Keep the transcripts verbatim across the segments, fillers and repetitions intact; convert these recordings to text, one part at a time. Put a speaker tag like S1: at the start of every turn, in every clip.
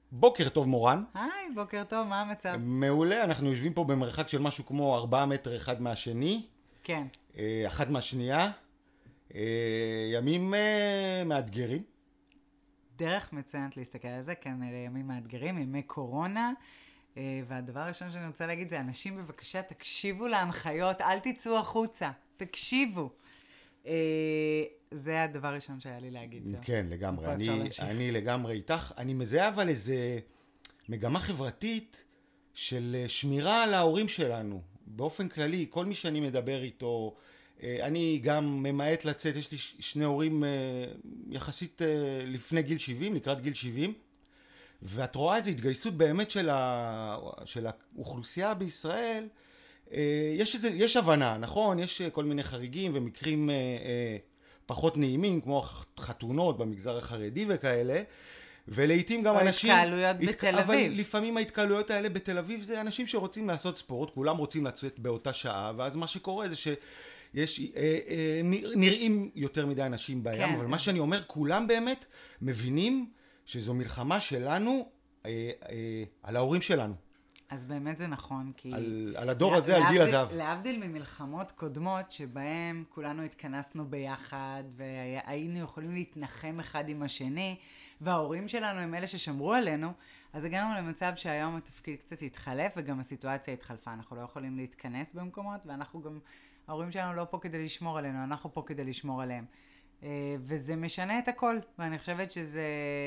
S1: בוקר טוב מורן.
S2: היי, בוקר טוב, מה המצב?
S1: מעולה, אנחנו יושבים פה במרחק של משהו כמו ארבעה מטר אחד מהשני,
S2: כן.
S1: אה, אחת מהשנייה. אה, ימים אה, מאתגרים.
S2: דרך מצוינת להסתכל על זה, כן, אלה ימים מאתגרים, ימי קורונה, אה, והדבר הראשון שאני רוצה להגיד זה, אנשים בבקשה תקשיבו להנחיות, אל תצאו החוצה, תקשיבו. אה, זה הדבר הראשון שהיה לי להגיד. זהו.
S1: כן, לגמרי.
S2: מפה אפשר
S1: אני,
S2: להמשיך.
S1: אני לגמרי איתך. אני מזהה אבל איזה מגמה חברתית של אה, שמירה על ההורים שלנו. באופן כללי, כל מי שאני מדבר איתו, אה, אני גם ממעט לצאת, יש לי ש- שני הורים אה, יחסית אה, לפני גיל שבעים, לקראת גיל שבעים, ואת רואה איזו התגייסות באמת של, ה... של האוכלוסייה בישראל. אה, יש, איזה, יש הבנה, נכון? יש אה, כל מיני חריגים ומקרים אה, אה, פחות נעימים, כמו חתונות במגזר החרדי וכאלה, ולעיתים גם
S2: או
S1: אנשים...
S2: התקהלויות
S1: התק-
S2: בתל
S1: אבל
S2: אביב.
S1: לפעמים ההתקהלויות האלה בתל אביב זה אנשים שרוצים לעשות ספורט, כולם רוצים לצאת באותה שעה, ואז מה שקורה זה ש... יש, אה, אה, נראים יותר מדי אנשים בים,
S2: כן,
S1: אבל מה
S2: אז-
S1: שאני אומר, כולם באמת מבינים שזו מלחמה שלנו אה, אה, על ההורים שלנו,
S2: אז באמת זה נכון, כי...
S1: על, על הדור
S2: לה-
S1: הזה, על גיל
S2: להבדיל-
S1: הזהב.
S2: להבדיל ממלחמות קודמות, שבהם כולנו התכנסנו ביחד, והיינו יכולים להתנחם אחד עם השני, וההורים שלנו הם אלה ששמרו עלינו, אז הגענו למצב שהיום התפקיד קצת התחלף, וגם הסיטואציה התחלפה. אנחנו לא יכולים להתכנס במקומות, ואנחנו גם... ההורים שלנו לא פה כדי לשמור עלינו, אנחנו פה כדי לשמור עליהם. אה, וזה משנה את הכל, ואני חושבת שזה...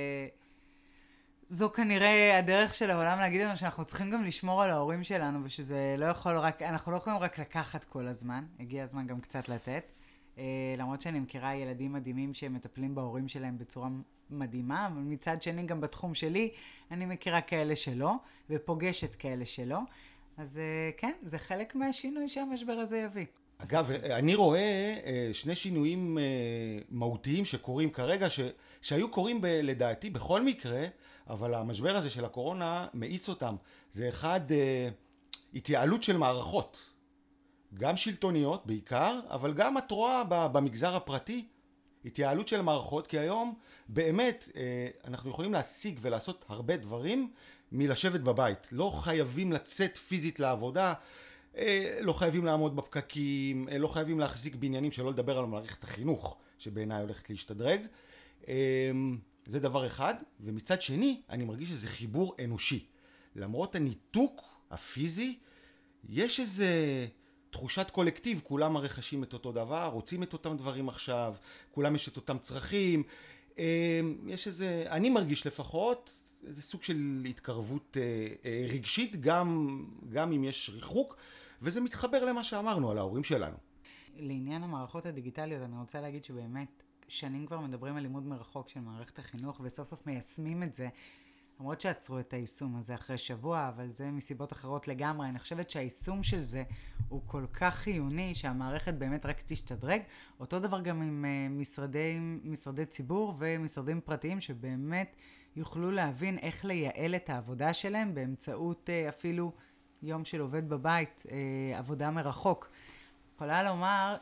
S2: זו כנראה הדרך של העולם להגיד לנו שאנחנו צריכים גם לשמור על ההורים שלנו, ושזה לא יכול רק, אנחנו לא יכולים רק לקחת כל הזמן, הגיע הזמן גם קצת לתת. אה, למרות שאני מכירה ילדים מדהימים שהם מטפלים בהורים שלהם בצורה מדהימה, אבל מצד שני גם בתחום שלי, אני מכירה כאלה שלא, ופוגשת כאלה שלא. אז אה, כן, זה חלק מהשינוי שהמשבר הזה יביא.
S1: אגב, אני רואה אה, שני שינויים אה, מהותיים שקורים כרגע, ש, שהיו קורים ב, לדעתי בכל מקרה, אבל המשבר הזה של הקורונה מאיץ אותם. זה אחד, אה, התייעלות של מערכות, גם שלטוניות בעיקר, אבל גם את רואה ב- במגזר הפרטי, התייעלות של מערכות, כי היום באמת אה, אנחנו יכולים להשיג ולעשות הרבה דברים מלשבת בבית. לא חייבים לצאת פיזית לעבודה, אה, לא חייבים לעמוד בפקקים, אה, לא חייבים להחזיק בעניינים, שלא לדבר על מערכת החינוך, שבעיניי הולכת להשתדרג. אה, זה דבר אחד, ומצד שני אני מרגיש שזה חיבור אנושי. למרות הניתוק הפיזי, יש איזה תחושת קולקטיב, כולם הרי חשים את אותו דבר, רוצים את אותם דברים עכשיו, כולם יש את אותם צרכים, אה, יש איזה, אני מרגיש לפחות, איזה סוג של התקרבות אה, אה, רגשית, גם, גם אם יש ריחוק, וזה מתחבר למה שאמרנו על ההורים שלנו.
S2: לעניין המערכות הדיגיטליות, אני רוצה להגיד שבאמת שנים כבר מדברים על לימוד מרחוק של מערכת החינוך, וסוף סוף מיישמים את זה, למרות שעצרו את היישום הזה אחרי שבוע, אבל זה מסיבות אחרות לגמרי. אני חושבת שהיישום של זה הוא כל כך חיוני, שהמערכת באמת רק תשתדרג. אותו דבר גם עם uh, משרדי, משרדי ציבור ומשרדים פרטיים, שבאמת יוכלו להבין איך לייעל את העבודה שלהם, באמצעות uh, אפילו יום של עובד בבית, uh, עבודה מרחוק. יכולה לומר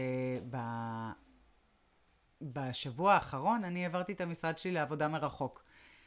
S2: שבשבוע האחרון אני העברתי את המשרד שלי לעבודה מרחוק.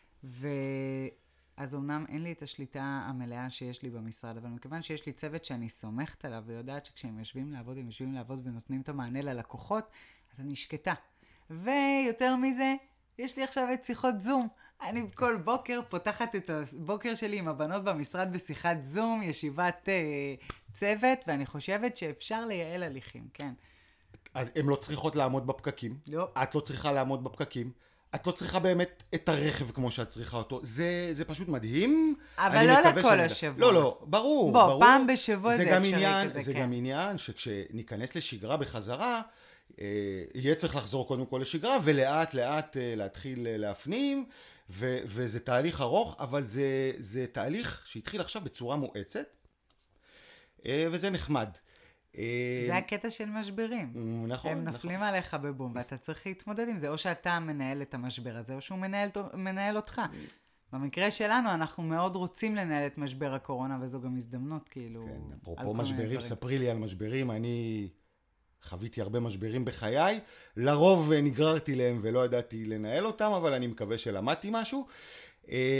S2: ואז אמנם אין לי את השליטה המלאה שיש לי במשרד, אבל מכיוון שיש לי צוות שאני סומכת עליו ויודעת שכשהם יושבים לעבוד, הם יושבים לעבוד ונותנים את המענה ללקוחות, אז אני שקטה. ויותר מזה, יש לי עכשיו את שיחות זום. אני כל בוקר פותחת את הבוקר שלי עם הבנות במשרד בשיחת זום, ישיבת אה, צוות, ואני חושבת שאפשר לייעל הליכים, כן.
S1: אז הן לא צריכות לעמוד בפקקים,
S2: לא.
S1: את לא צריכה לעמוד בפקקים, את לא צריכה באמת את הרכב כמו שאת צריכה אותו, זה, זה פשוט מדהים.
S2: אבל לא לכל השבוע.
S1: לא, לא, ברור,
S2: בוא,
S1: ברור.
S2: פעם בשבוע זה
S1: גם
S2: אפשרי
S1: עניין,
S2: כזה,
S1: זה
S2: כן.
S1: גם עניין שכשניכנס לשגרה בחזרה, אה, יהיה צריך לחזור קודם כל לשגרה, ולאט לאט אה, להתחיל אה, להפנים, ו, וזה תהליך ארוך, אבל זה, זה תהליך שהתחיל עכשיו בצורה מואצת, אה, וזה נחמד.
S2: זה הקטע של משברים.
S1: נכון,
S2: הם נופלים
S1: נכון.
S2: עליך בבום, ואתה צריך להתמודד עם זה, או שאתה מנהל את המשבר הזה, או שהוא מנהל, מנהל אותך. במקרה שלנו, אנחנו מאוד רוצים לנהל את משבר הקורונה, וזו גם הזדמנות, כאילו...
S1: כן,
S2: על
S1: אפרופו
S2: כל מיני
S1: משברים,
S2: דברים.
S1: ספרי לי על משברים, אני חוויתי הרבה משברים בחיי, לרוב נגררתי להם ולא ידעתי לנהל אותם, אבל אני מקווה שלמדתי משהו.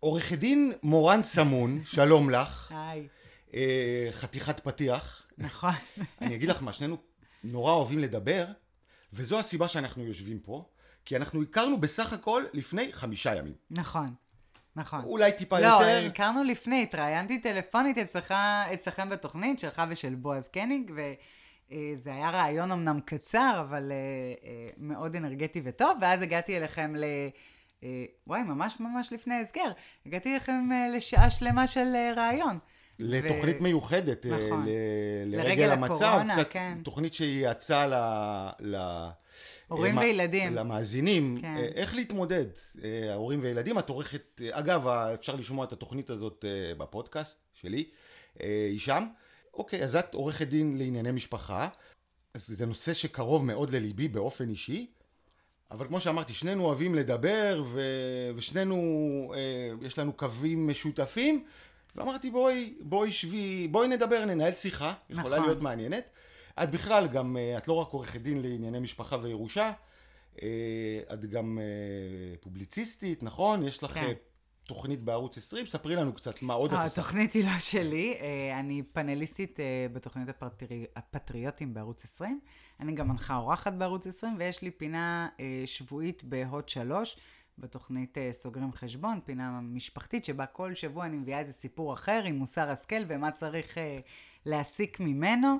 S1: עורכת דין מורן סמון, שלום לך.
S2: היי.
S1: אה, חתיכת פתיח.
S2: נכון.
S1: אני אגיד לך מה, שנינו נורא אוהבים לדבר, וזו הסיבה שאנחנו יושבים פה, כי אנחנו הכרנו בסך הכל לפני חמישה ימים.
S2: נכון, נכון.
S1: אולי טיפה
S2: לא,
S1: יותר.
S2: לא, הכרנו לפני, התראיינתי טלפונית אצלך, אצלכם בתוכנית, שלך ושל בועז קניג, וזה היה רעיון אמנם קצר, אבל מאוד אנרגטי וטוב, ואז הגעתי אליכם ל... וואי, ממש ממש לפני הסגר, הגעתי לכם לשעה שלמה של רעיון.
S1: לתוכנית ו... מיוחדת,
S2: נכון.
S1: ל...
S2: לרגל
S1: לרגל המצב,
S2: הקורונה,
S1: קצת
S2: כן.
S1: תוכנית שהיא יצאה ל... ל...
S2: הורים וילדים.
S1: למאזינים,
S2: כן.
S1: איך להתמודד, ההורים וילדים. את עורכת, אגב, אפשר לשמוע את התוכנית הזאת בפודקאסט שלי, היא שם. אוקיי, אז את עורכת דין לענייני משפחה, אז זה נושא שקרוב מאוד לליבי באופן אישי, אבל כמו שאמרתי, שנינו אוהבים לדבר, ו... ושנינו, יש לנו קווים משותפים, ואמרתי בואי, בואי שבי, בואי נדבר, ננהל שיחה, יכולה
S2: נכון.
S1: להיות מעניינת. את בכלל גם, את לא רק עורכת דין לענייני משפחה וירושה, את גם פובליציסטית, נכון? יש לך
S2: כן.
S1: תוכנית בערוץ עשרים, ספרי לנו קצת מה עוד את עושה.
S2: התוכנית היא לא שלי, אני פאנליסטית בתוכנית הפטרי... הפטריוטים בערוץ עשרים, אני גם מנחה אורחת בערוץ עשרים, ויש לי פינה שבועית בהוט שלוש, בתוכנית סוגרים חשבון, פינה משפחתית, שבה כל שבוע אני מביאה איזה סיפור אחר, עם מוסר השכל, ומה צריך להסיק ממנו,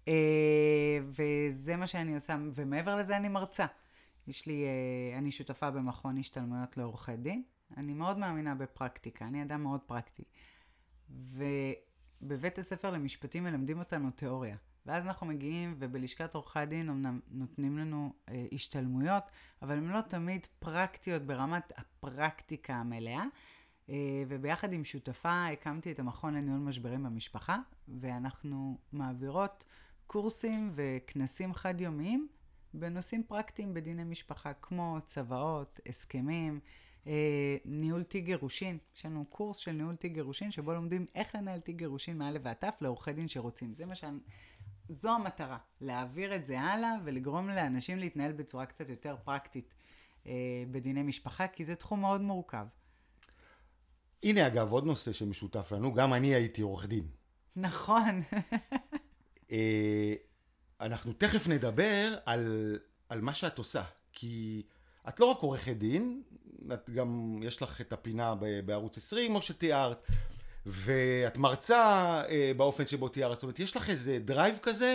S2: וזה מה שאני עושה, ומעבר לזה אני מרצה. יש לי, אני שותפה במכון השתלמויות לעורכי דין, אני מאוד מאמינה בפרקטיקה, אני אדם מאוד פרקטי. ובבית הספר למשפטים מלמדים אותנו תיאוריה. ואז אנחנו מגיעים, ובלשכת עורכי דין אמנם נותנים לנו אה, השתלמויות, אבל הן לא תמיד פרקטיות ברמת הפרקטיקה המלאה. אה, וביחד עם שותפה הקמתי את המכון לניהול משברים במשפחה, ואנחנו מעבירות קורסים וכנסים חד-יומיים בנושאים פרקטיים בדיני משפחה, כמו צוואות, הסכמים, ניהול תיק גירושין. יש לנו קורס של ניהול תיק גירושין, שבו לומדים איך לנהל תיק גירושין מאלף ועד תף לעורכי דין שרוצים. זה מה שאני... זו המטרה, להעביר את זה הלאה ולגרום לאנשים להתנהל בצורה קצת יותר פרקטית אה, בדיני משפחה, כי זה תחום מאוד מורכב.
S1: הנה אגב, עוד נושא שמשותף לנו, גם אני הייתי עורך דין.
S2: נכון.
S1: אה, אנחנו תכף נדבר על, על מה שאת עושה, כי את לא רק עורכת דין, את גם, יש לך את הפינה בערוץ עשרים, כמו שתיארת, ואת מרצה אה, באופן שבו תיארת, זאת אומרת, יש לך איזה דרייב כזה,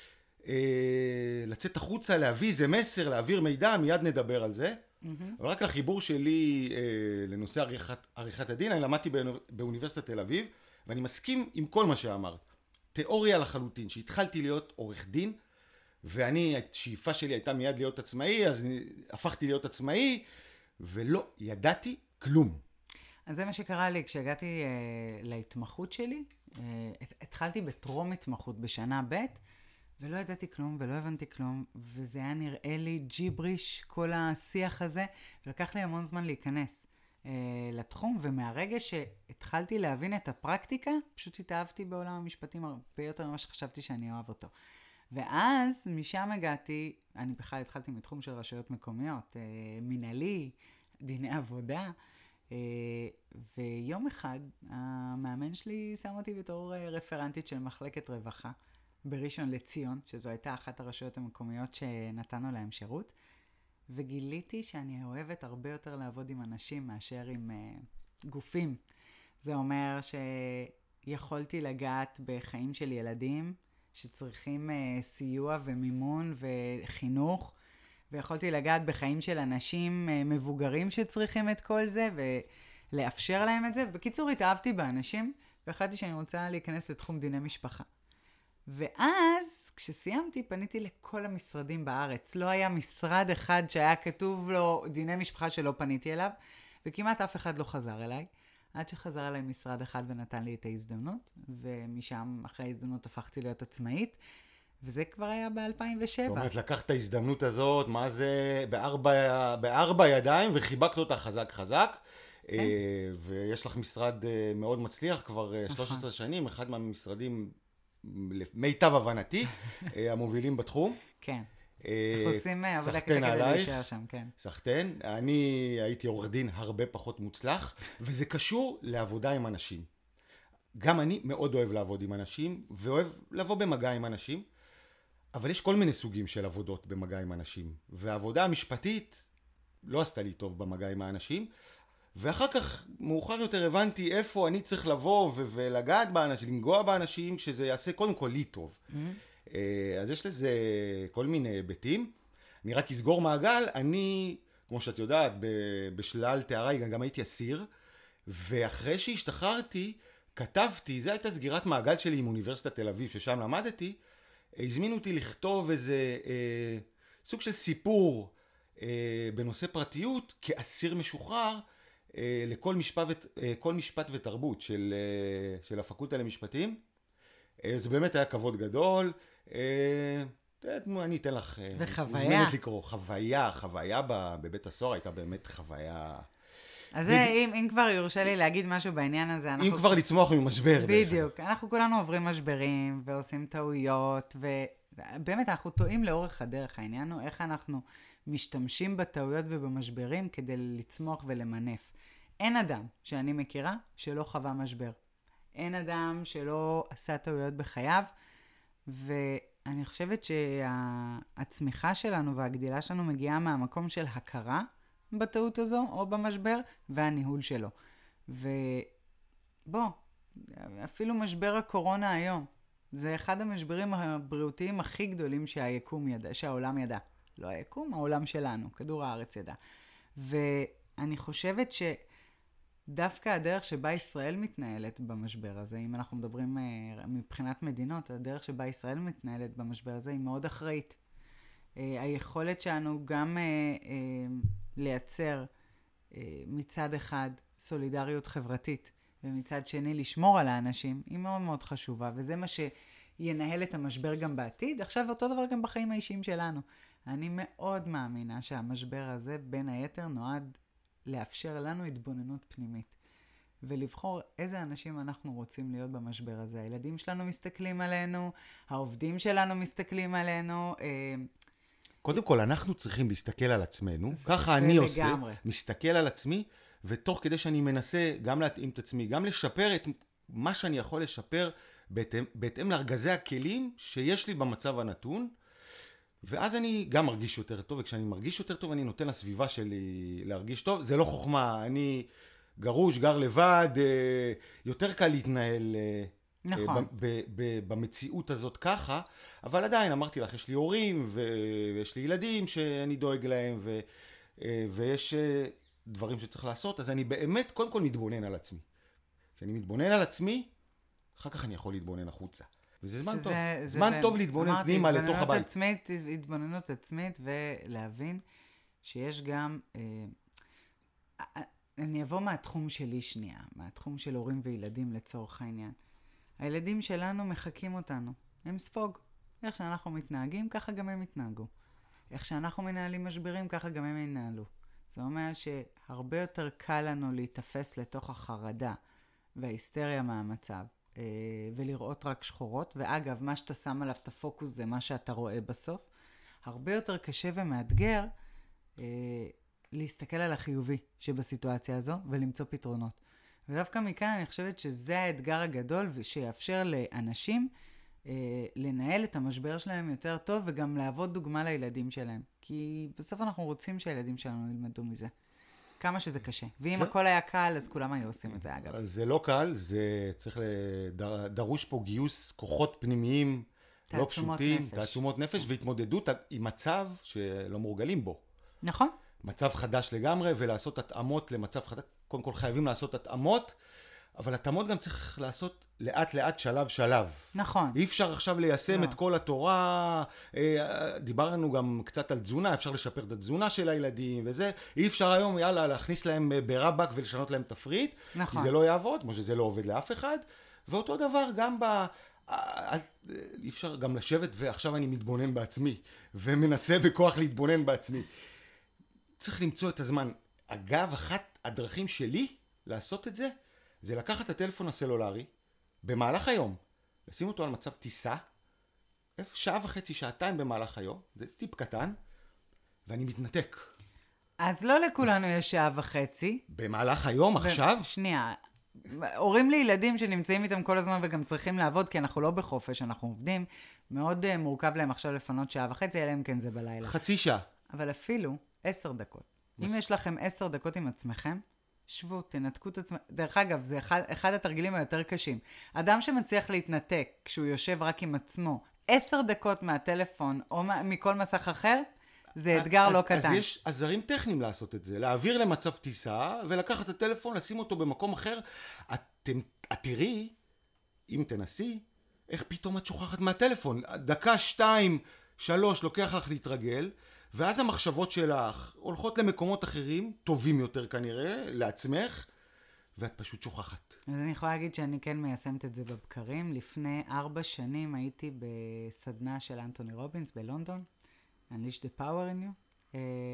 S1: אה, לצאת החוצה, להביא איזה מסר, להעביר מידע, מיד נדבר על זה. Mm-hmm. אבל רק החיבור שלי אה, לנושא עריכת, עריכת הדין, אני למדתי באוניב, באוניברסיטת תל אביב, ואני מסכים עם כל מה שאמרת. תיאוריה לחלוטין, שהתחלתי להיות עורך דין, ואני, השאיפה שלי הייתה מיד להיות עצמאי, אז הפכתי להיות עצמאי, ולא ידעתי כלום.
S2: אז זה מה שקרה לי, כשהגעתי אה, להתמחות שלי, אה, התחלתי בטרום התמחות בשנה ב', ולא ידעתי כלום, ולא הבנתי כלום, וזה היה נראה לי ג'יבריש, כל השיח הזה, ולקח לי המון זמן להיכנס אה, לתחום, ומהרגע שהתחלתי להבין את הפרקטיקה, פשוט התאהבתי בעולם המשפטים הרבה יותר ממה שחשבתי שאני אוהב אותו. ואז משם הגעתי, אני בכלל התחלתי מתחום של רשויות מקומיות, אה, מנהלי, דיני עבודה, אה, ויום אחד המאמן שלי שם אותי בתור אה, רפרנטית של מחלקת רווחה בראשון לציון, שזו הייתה אחת הרשויות המקומיות שנתנו להם שירות, וגיליתי שאני אוהבת הרבה יותר לעבוד עם אנשים מאשר עם אה, גופים. זה אומר שיכולתי לגעת בחיים של ילדים, שצריכים uh, סיוע ומימון וחינוך, ויכולתי לגעת בחיים של אנשים uh, מבוגרים שצריכים את כל זה, ולאפשר להם את זה. בקיצור, התאהבתי באנשים, והחלטתי שאני רוצה להיכנס לתחום דיני משפחה. ואז, כשסיימתי, פניתי לכל המשרדים בארץ. לא היה משרד אחד שהיה כתוב לו דיני משפחה שלא פניתי אליו, וכמעט אף אחד לא חזר אליי. עד שחזר אליי משרד אחד ונתן לי את ההזדמנות, ומשם אחרי ההזדמנות הפכתי להיות עצמאית, וזה כבר היה ב-אלפיים ושבע. זאת
S1: אומרת, לקחת את ההזדמנות הזאת, מה זה, בארבע, בארבע ידיים, וחיבקת אותה חזק חזק, כן. ויש לך משרד מאוד מצליח, כבר שלוש עשרה שנים, אחד מהמשרדים, מיטב הבנתי, המובילים בתחום.
S2: כן. אנחנו עושים עבודה קשה כדי להישאר שם, כן.
S1: סחטן. אני הייתי עורך דין הרבה פחות מוצלח, וזה קשור לעבודה עם אנשים. גם אני מאוד אוהב לעבוד עם אנשים, ואוהב לבוא במגע עם אנשים, אבל יש כל מיני סוגים של עבודות במגע עם אנשים. והעבודה המשפטית לא עשתה לי טוב במגע עם האנשים, ואחר כך מאוחר יותר הבנתי איפה אני צריך לבוא ו- ולגעת באנשים, לנגוע באנשים, שזה יעשה קודם כל לי טוב. Mm-hmm. אז יש לזה כל מיני היבטים. אני רק אסגור מעגל, אני, כמו שאת יודעת, בשלל תאריי גם הייתי אסיר, ואחרי שהשתחררתי, כתבתי, זו הייתה סגירת מעגל שלי עם אוניברסיטת תל אביב, ששם למדתי, הזמינו אותי לכתוב איזה אה, סוג של סיפור אה, בנושא פרטיות, כאסיר משוחרר, אה, לכל משפט, אה, כל משפט ותרבות של, אה, של הפקולטה למשפטים. אה, זה באמת היה כבוד גדול. אה, אני אתן לך...
S2: וחוויה.
S1: מוזמנת לקרוא. חוויה, חוויה בבית הסוהר הייתה באמת חוויה...
S2: אז בד... אם, אם כבר יורשה לי להגיד משהו בעניין הזה, אנחנו...
S1: אם כבר לצמוח ממשבר.
S2: בדיוק. אנחנו כולנו עוברים משברים ועושים טעויות, ובאמת אנחנו טועים לאורך הדרך. העניין הוא איך אנחנו משתמשים בטעויות ובמשברים כדי לצמוח ולמנף. אין אדם שאני מכירה שלא חווה משבר. אין אדם שלא עשה טעויות בחייו, ואני חושבת שהצמיחה שלנו והגדילה שלנו מגיעה מהמקום של הכרה, בטעות הזו או במשבר, והניהול שלו. ובוא, אפילו משבר הקורונה היום, זה אחד המשברים הבריאותיים הכי גדולים שהיקום ידע, שהעולם ידע. לא היקום, העולם שלנו, כדור הארץ ידע. ואני חושבת שדווקא הדרך שבה ישראל מתנהלת במשבר הזה, אם אנחנו מדברים מבחינת מדינות, הדרך שבה ישראל מתנהלת במשבר הזה היא מאוד אחראית. היכולת שלנו גם לייצר מצד אחד סולידריות חברתית, ומצד שני לשמור על האנשים, היא מאוד מאוד חשובה, וזה מה שינהל את המשבר גם בעתיד. עכשיו אותו דבר גם בחיים האישיים שלנו. אני מאוד מאמינה שהמשבר הזה בין היתר נועד לאפשר לנו התבוננות פנימית, ולבחור איזה אנשים אנחנו רוצים להיות במשבר הזה. הילדים שלנו מסתכלים עלינו, העובדים שלנו מסתכלים עלינו,
S1: קודם כל, אנחנו צריכים להסתכל על עצמנו, ככה אני עושה,
S2: לגמרי.
S1: מסתכל על עצמי, ותוך כדי שאני מנסה גם להתאים את עצמי, גם לשפר את מה שאני יכול לשפר, בהתאם, בהתאם לארגזי הכלים שיש לי במצב הנתון, ואז אני גם מרגיש יותר טוב, וכשאני מרגיש יותר טוב, אני נותן לסביבה שלי להרגיש טוב. זה לא חוכמה, אני גרוש, גר לבד, יותר קל להתנהל
S2: נכון.
S1: ב- ב- במציאות הזאת ככה, אבל עדיין אמרתי לך, יש לי הורים ויש לי ילדים שאני דואג להם, ו- ויש דברים שצריך לעשות, אז אני באמת קודם כל מתבונן על עצמי. כשאני מתבונן על עצמי, אחר כך אני יכול להתבונן החוצה. וזה זמן שזה, טוב. זמן טוב להתבונן פנימה לתוך הבית.
S2: עצמית, התבוננות עצמית, ולהבין שיש גם... אה, אני אבוא מהתחום שלי שנייה, מהתחום של הורים וילדים לצורך העניין. הילדים שלנו מחכים אותנו. הם ספוג. איך שאנחנו מתנהגים, ככה גם הם יתנהגו. איך שאנחנו מנהלים משברים, ככה גם הם ינהלו. זה אומר שהרבה יותר קל לנו להתאפס לתוך החרדה וההיסטריה מהמצב, ולראות רק שחורות. ואגב, מה שאתה שם עליו את הפוקוס זה מה שאתה רואה בסוף. הרבה יותר קשה ומאתגר להסתכל על החיובי שבסיטואציה הזו ולמצוא פתרונות. ודווקא מכאן אני חושבת שזה האתגר הגדול שיאפשר לאנשים אה, לנהל את המשבר שלהם יותר טוב וגם לעבוד דוגמה לילדים שלהם. כי בסוף אנחנו רוצים שהילדים שלנו ילמדו מזה. כמה שזה קשה. ואם הכל היה קל, אז כולם היו עושים את זה, אגב.
S1: זה לא קל, זה צריך לדר... דרוש פה גיוס כוחות פנימיים לא פשוטים,
S2: נפש.
S1: תעצומות נפש, והתמודדות עם מצב שלא מורגלים בו.
S2: נכון.
S1: מצב חדש לגמרי, ולעשות התאמות למצב חדש. קודם כל חייבים לעשות התאמות, אבל התאמות גם צריך לעשות לאט לאט שלב שלב.
S2: נכון.
S1: אי אפשר עכשיו ליישם
S2: לא.
S1: את כל התורה, דיברנו גם קצת על תזונה, אפשר לשפר את התזונה של הילדים וזה, אי אפשר היום יאללה להכניס להם ברבק ולשנות להם תפריט,
S2: נכון.
S1: כי זה לא יעבוד, כמו שזה לא עובד לאף אחד, ואותו דבר גם ב... אי אפשר גם לשבת ועכשיו אני מתבונן בעצמי, ומנסה בכוח להתבונן בעצמי. צריך למצוא את הזמן. אגב, אחת הדרכים שלי לעשות את זה, זה לקחת את הטלפון הסלולרי, במהלך היום, לשים אותו על מצב טיסה, שעה וחצי, שעתיים במהלך היום, זה טיפ קטן, ואני מתנתק.
S2: אז לא לכולנו יש שעה וחצי.
S1: במהלך היום, עכשיו?
S2: שנייה. הורים לילדים שנמצאים איתם כל הזמן וגם צריכים לעבוד, כי אנחנו לא בחופש, אנחנו עובדים. מאוד uh, מורכב להם עכשיו לפנות שעה וחצי, אלא אם כן זה בלילה.
S1: חצי שעה.
S2: אבל אפילו עשר דקות. מס... אם יש לכם עשר דקות עם עצמכם, שבו, תנתקו את עצמכם. דרך אגב, זה אחד, אחד התרגילים היותר קשים. אדם שמצליח להתנתק כשהוא יושב רק עם עצמו, עשר דקות מהטלפון או מכל מסך אחר, זה אתגר
S1: אז,
S2: לא קטן.
S1: אז יש עזרים טכניים לעשות את זה, להעביר למצב טיסה ולקחת את הטלפון, לשים אותו במקום אחר. אתם, את תראי, אם תנסי, איך פתאום את שוכחת מהטלפון. דקה, שתיים, שלוש, לוקח לך להתרגל, ואז המחשבות שלך הולכות למקומות אחרים, טובים יותר כנראה, לעצמך, ואת פשוט שוכחת.
S2: אז אני יכולה להגיד שאני כן מיישמת את זה בבקרים. לפני ארבע שנים הייתי בסדנה של אנטוני רובינס בלונדון, Unleash the Power in You,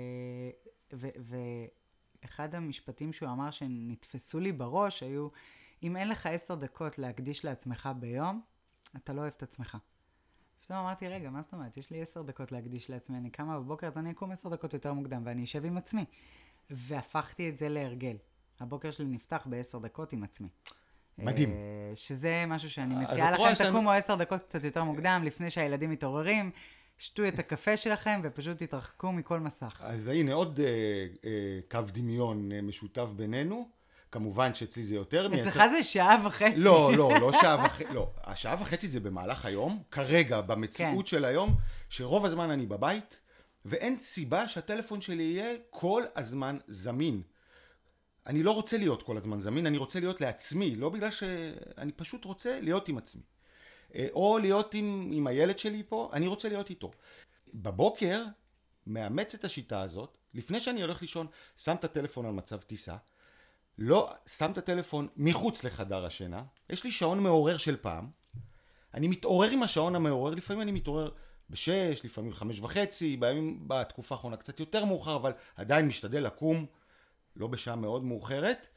S2: ואחד המשפטים שהוא אמר שנתפסו לי בראש היו, אם אין לך עשר דקות להקדיש לעצמך ביום, אתה לא אוהב את עצמך. פתאום אמרתי, רגע, מה זאת אומרת? יש לי עשר דקות להקדיש לעצמי, אני קמה בבוקר, אז אני אקום עשר דקות יותר מוקדם, ואני אשב עם עצמי. והפכתי את זה להרגל. הבוקר שלי נפתח בעשר דקות עם עצמי.
S1: מדהים.
S2: שזה משהו שאני מציעה לכם, תקומו עשר דקות קצת יותר מוקדם, לפני שהילדים מתעוררים, שתו את הקפה שלכם ופשוט תתרחקו מכל מסך.
S1: אז הנה עוד אה, אה, קו דמיון אה, משותף בינינו. כמובן שאצלי זה יותר.
S2: אצלך זה שעה וחצי.
S1: לא, לא, לא שעה וחצי. לא, השעה וחצי זה במהלך היום, כרגע, במציאות כן. של היום, שרוב הזמן אני בבית, ואין סיבה שהטלפון שלי יהיה כל הזמן זמין. אני לא רוצה להיות כל הזמן זמין, אני רוצה להיות לעצמי, לא בגלל שאני פשוט רוצה להיות עם עצמי. או להיות עם, עם הילד שלי פה, אני רוצה להיות איתו. בבוקר, מאמץ את השיטה הזאת, לפני שאני הולך לישון, שם את הטלפון על מצב טיסה, לא, שם את הטלפון מחוץ לחדר השינה, יש לי שעון מעורר של פעם, אני מתעורר עם השעון המעורר, לפעמים אני מתעורר בשש, לפעמים חמש וחצי, בימים, בתקופה האחרונה קצת יותר מאוחר, אבל עדיין משתדל לקום, לא בשעה מאוד מאוחרת,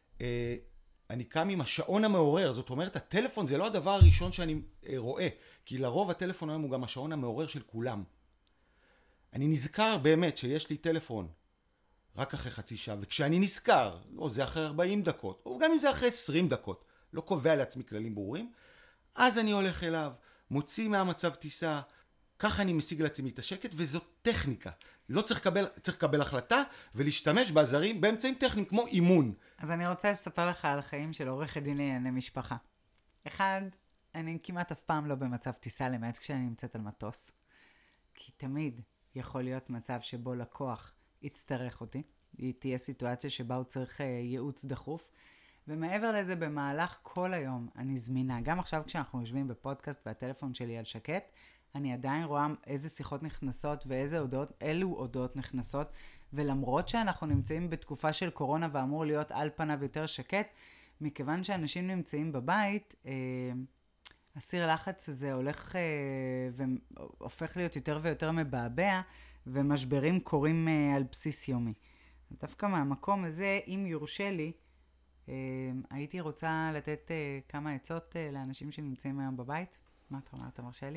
S1: אני קם עם השעון המעורר, זאת אומרת, הטלפון זה לא הדבר הראשון שאני רואה, כי לרוב הטלפון היום הוא גם השעון המעורר של כולם. אני נזכר באמת שיש לי טלפון רק אחרי חצי שעה, וכשאני נזכר, או זה אחרי ארבעים דקות, או גם אם זה אחרי עשרים דקות, לא קובע לעצמי כללים ברורים, אז אני הולך אליו, מוציא מהמצב טיסה, ככה אני משיג לעצמי את השקט, וזאת טכניקה. לא צריך לקבל, צריך לקבל החלטה ולהשתמש בעזרים באמצעים טכניים כמו אימון.
S2: אז אני רוצה לספר לך על החיים של עורכת דין לענייני משפחה. אחד, אני כמעט אף פעם לא במצב טיסה, למעט כשאני נמצאת על מטוס. כי תמיד יכול להיות מצב שבו לקוח יצטרך אותי. היא תהיה סיטואציה שבה הוא צריך ייעוץ דחוף. ומעבר לזה, במהלך כל היום אני זמינה. גם עכשיו כשאנחנו יושבים בפודקאסט והטלפון שלי על שקט, אני עדיין רואה איזה שיחות נכנסות ואיזה הודעות, אילו הודעות נכנסות, ולמרות שאנחנו נמצאים בתקופה של קורונה ואמור להיות על פניו יותר שקט, מכיוון שאנשים נמצאים בבית, אה, הסיר לחץ הזה הולך אה, והופך להיות יותר ויותר מבעבע, ומשברים קורים אה, על בסיס יומי. אז דווקא מהמקום הזה, אם יורשה לי, אה, הייתי רוצה לתת אה, כמה עצות אה, לאנשים שנמצאים היום בבית. מה אתה אומר? אתה מרשה לי?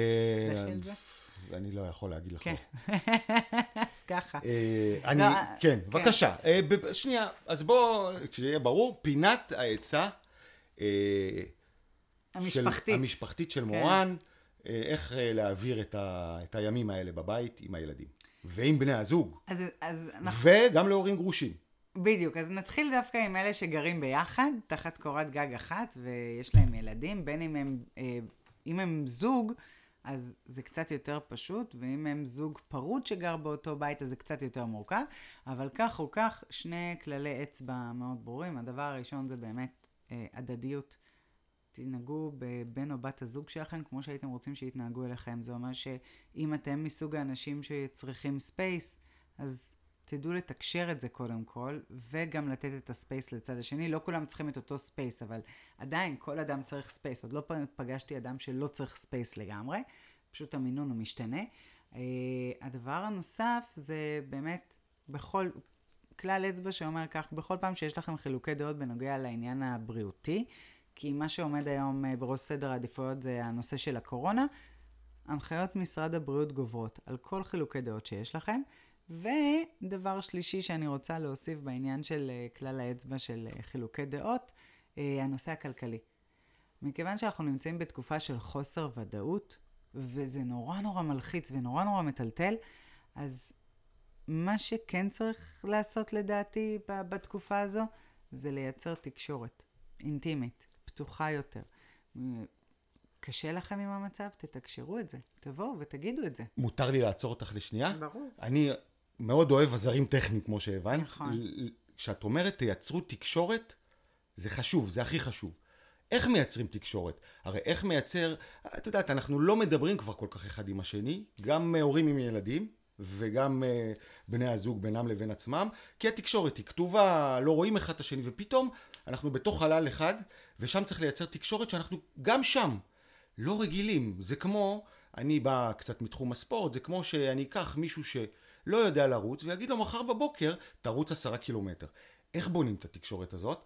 S1: אני לא יכול להגיד לך.
S2: כן. אז ככה.
S1: כן, בבקשה. שנייה, אז בוא, כשיהיה ברור, פינת העצה המשפחתית של מורן, איך להעביר את הימים האלה בבית עם הילדים. ועם בני הזוג. וגם להורים גרושים.
S2: בדיוק, אז נתחיל דווקא עם אלה שגרים ביחד, תחת קורת גג אחת, ויש להם ילדים, בין אם הם... אם הם זוג, אז זה קצת יותר פשוט, ואם הם זוג פרוד שגר באותו בית, אז זה קצת יותר מורכב, אבל כך או כך, שני כללי אצבע מאוד ברורים. הדבר הראשון זה באמת אה, הדדיות. תנהגו בבן או בת הזוג שלכם, כמו שהייתם רוצים שיתנהגו אליכם. זה אומר שאם אתם מסוג האנשים שצריכים ספייס, אז תדעו לתקשר את זה קודם כל, וגם לתת את הספייס לצד השני. לא כולם צריכים את אותו ספייס, אבל עדיין כל אדם צריך ספייס. עוד לא פגשתי אדם שלא צריך ספייס לגמרי, פשוט המינון הוא משתנה. Uh, הדבר הנוסף זה באמת בכל, כלל אצבע שאומר כך, בכל פעם שיש לכם חילוקי דעות בנוגע לעניין הבריאותי, כי מה שעומד היום בראש סדר העדיפויות זה הנושא של הקורונה, הנחיות משרד הבריאות גוברות על כל חילוקי דעות שיש לכם, ודבר שלישי שאני רוצה להוסיף בעניין של כלל האצבע של חילוקי דעות, הנושא הכלכלי. מכיוון שאנחנו נמצאים בתקופה של חוסר ודאות, וזה נורא נורא מלחיץ ונורא נורא מטלטל, אז מה שכן צריך לעשות לדעתי בתקופה הזו, זה לייצר תקשורת אינטימית, פתוחה יותר. קשה לכם עם המצב, תתקשרו את זה, תבואו ותגידו את זה.
S1: מותר לי לעצור אותך לשנייה?
S2: ברור.
S1: אני מאוד אוהב עזרים טכניים כמו שהבנת.
S2: נכון.
S1: כשאת אומרת תייצרו תקשורת, זה חשוב, זה הכי חשוב. איך מייצרים תקשורת? הרי איך מייצר, את יודעת, אנחנו לא מדברים כבר כל כך אחד עם השני, גם הורים עם ילדים, וגם uh, בני הזוג בינם לבין עצמם, כי התקשורת היא כתובה, לא רואים אחד את השני, ופתאום אנחנו בתוך חלל אחד, ושם צריך לייצר תקשורת שאנחנו גם שם לא רגילים. זה כמו, אני בא קצת מתחום הספורט, זה כמו שאני אקח מישהו שלא יודע לרוץ, ויגיד לו מחר בבוקר, תרוץ עשרה קילומטר. איך בונים את התקשורת הזאת?